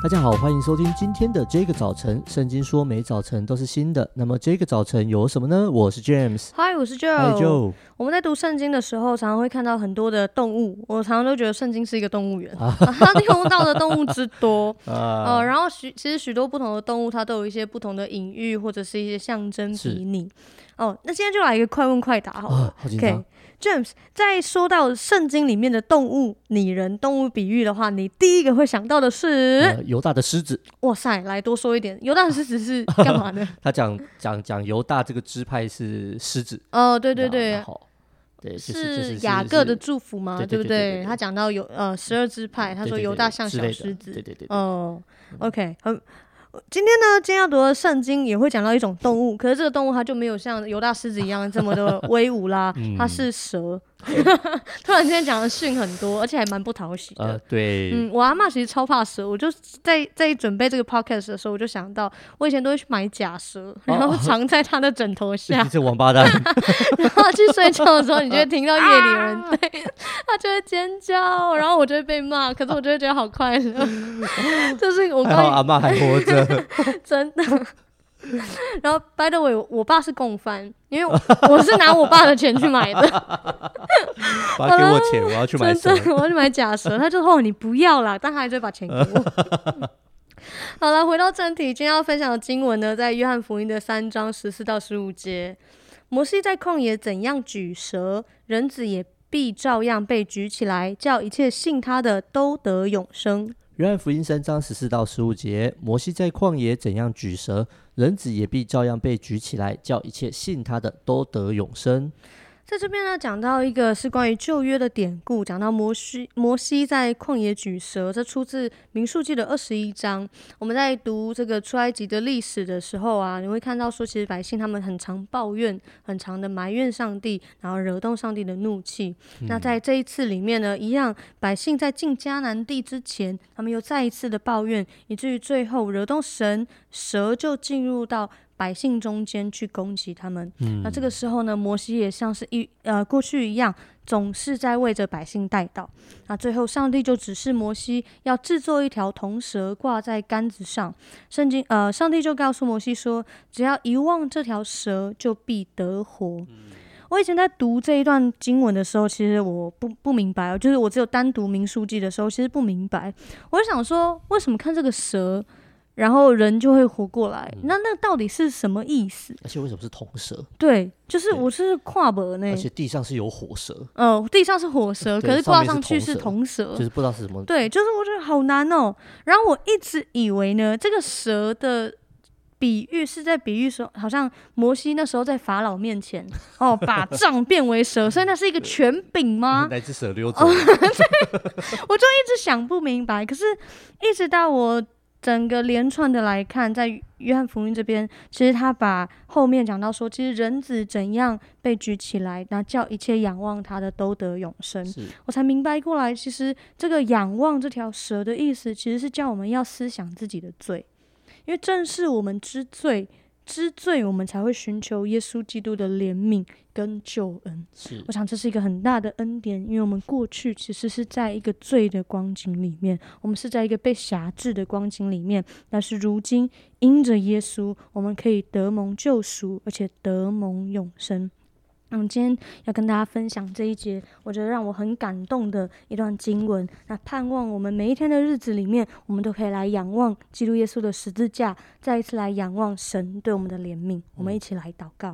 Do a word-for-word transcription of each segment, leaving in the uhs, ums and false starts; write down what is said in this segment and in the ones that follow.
大家好，欢迎收听今天的这个早晨。圣经说每早晨都是新的，那么这个早晨有什么呢？我是 James。 嗨，我是 Joe。 嗨 Joe。 我们在读圣经的时候常常会看到很多的动物，我常常都觉得圣经是一个动物园，它用到的动物之多、啊呃、然后许其实许多不同的动物它都有一些不同的隐喻或者是一些象征比拟哦。那今天就来一个快问快答好了、 啊、好紧张。 okay. James， 在说到圣经里面的动物拟人、动物比喻的话，你第一个会想到的是、 呃、犹大的狮子。 哇塞，来多说一点，犹大的狮子是干嘛呢？ 他讲讲讲犹大这个支派是狮子。 哦，对对对， 对，是雅各的祝福吗？对不对？ 他讲到有呃十二支派，他说犹大像小狮子。 对对对。 哦 ，OK， 很。今天呢，今天要读的圣经也会讲到一种动物，可是这个动物它就没有像犹大狮子一样这么的威武啦，嗯、它是蛇。突然间讲的训很多，而且还蛮不讨喜的。 呃，对， 嗯，我阿嬷其实超怕蛇，我就在在准备这个 podcast 的时候，我就想到我以前都会去买假蛇，然后藏在他的枕头下。 你这王八蛋！ 然后去睡觉的时候，你就会听到夜里有人对他就会尖叫，然后我就会被骂，可是我就会觉得好快乐。就是我刚还好阿嬷还活着， 真的。然后 by the way， 我爸是共犯，因为 我, 我是拿我爸的钱去买的。 爸给我钱，我要去买蛇， 我要去买假蛇。他就说、哦、你不要啦，但他还是把钱给我。好了，回到正题，今天要分享的经文呢，在约翰福音的三章十四到十五节。摩西在旷野怎样举蛇，人子也必照样被举起来，叫一切信他的都得永生。 约翰福音三章十四到十五节，摩西在旷野怎样举蛇，人子也必照样被举起来，叫一切信他的都得永生。 在这边呢，讲到一个是关于旧约的典故，讲到摩西摩西在旷野举蛇，这出自民数记的二十一章。我们在读这个出埃及的历史的时候啊，你会看到说，其实百姓他们很常抱怨，很常的埋怨上帝，然后惹动上帝的怒气、嗯、那在这一次里面呢，一样百姓在进迦南地之前，他们又再一次的抱怨，以至于最后惹动神，蛇就进入到百姓中间去攻击他们、嗯、那这个时候呢，摩西也像是一呃过去一样，总是在为着百姓代祷。那最后上帝就指示摩西要制作一条铜蛇挂在杆子上，圣经呃上帝就告诉摩西说，只要一望这条蛇就必得活、嗯、我以前在读这一段经文的时候，其实我不不明白，就是我只有单读民数记的时候其实不明白，我就想说为什么看这个蛇然后人就会活过来、嗯、那那到底是什么意思？ 而且为什么是铜蛇？ 对，就是我是跨博呢， 而且地上是有火蛇。 嗯、呃，地上是火蛇，可是挂上去是铜蛇， 就是不知道是什么。 对，就是我觉得好难哦。然后我一直以为呢，这个蛇的比喻是在比喻说，好像摩西那时候在法老面前哦，把杖变为蛇，所以那是一个权柄吗？ 那只蛇溜走、哦、 对，我就一直想不明白。可是一直到我整个连串的来看，在约翰福音这边，其实他把后面讲到说，其实人子怎样被举起来，那叫一切仰望他的都得永生。我才明白过来，其实这个仰望这条蛇的意思，其实是叫我们要思想自己的罪，因为正是我们知罪知罪，我们才会寻求耶稣基督的怜悯跟救恩。我想这是一个很大的恩典，因为我们过去其实是在一个罪的光景里面，我们是在一个被辖制的光景里面，但是如今因着耶稣，我们可以得蒙救赎，而且得蒙永生。嗯，今天要跟大家分享这一节我觉得让我很感动的一段经文，那盼望我们每一天的日子里面，我们都可以来仰望基督耶稣的十字架，再一次来仰望神对我们的怜悯。我们一起来祷告。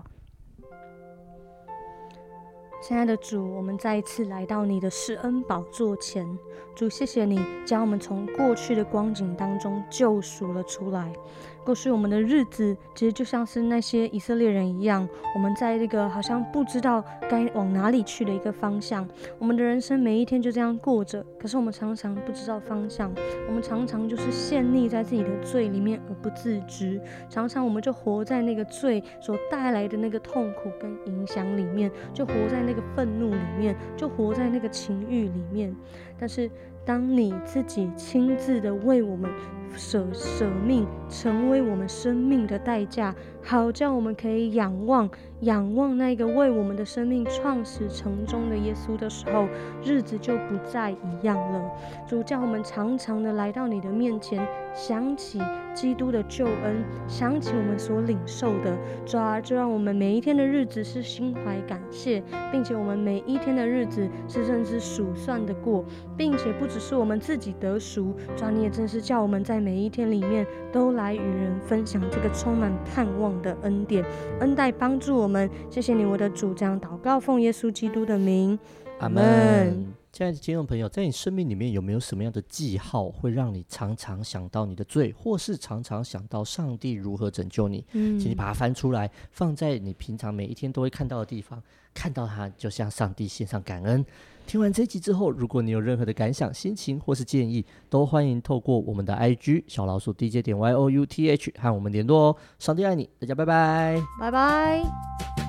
亲爱的主，我们再一次来到你的施恩宝座前，主，谢谢你将我们从过去的光景当中救赎了出来。过去我们的日子其实就像是那些以色列人一样，我们在这个好像不知道该往哪里去的一个方向，我们的人生每一天就这样过着，可是我们常常不知道方向，我们常常就是陷溺在自己的罪里面而不自知，常常我们就活在那个罪所带来的那个痛苦跟影响里面，就活在那个愤怒里面，就活在那个情欲里面。但是当你自己亲自的为我们舍舍命，成为我们生命的代价， 好叫我们可以仰望仰望那个为我们的生命创始成终的耶稣的时候，日子就不再一样了。主，叫我们常常的来到你的面前，想起基督的救恩，想起我们所领受的。主啊，就让我们每一天的日子是心怀感谢，并且我们每一天的日子是认知数算的过，并且不只是我们自己得赎，主啊，你也真是叫我们在每一天里面都来与人分享这个充满盼望的恩典，恩待帮助我们。谢谢你，我的主，这样祷告奉耶稣基督的名， 阿们。亲爱的听众朋友，在你生命里面有没有什么样的记号会让你常常想到你的罪，或是常常想到上帝如何拯救你？嗯，请你把它翻出来，放在你平常每一天都会看到的地方，看到它就向上帝献上感恩。听完这集之后，如果你有任何的感想、心情或是建议，都欢迎透过我们的 I G 小老鼠 D J 点 Y O U T H 和我们联络哦。上帝爱你，大家拜拜， 拜拜。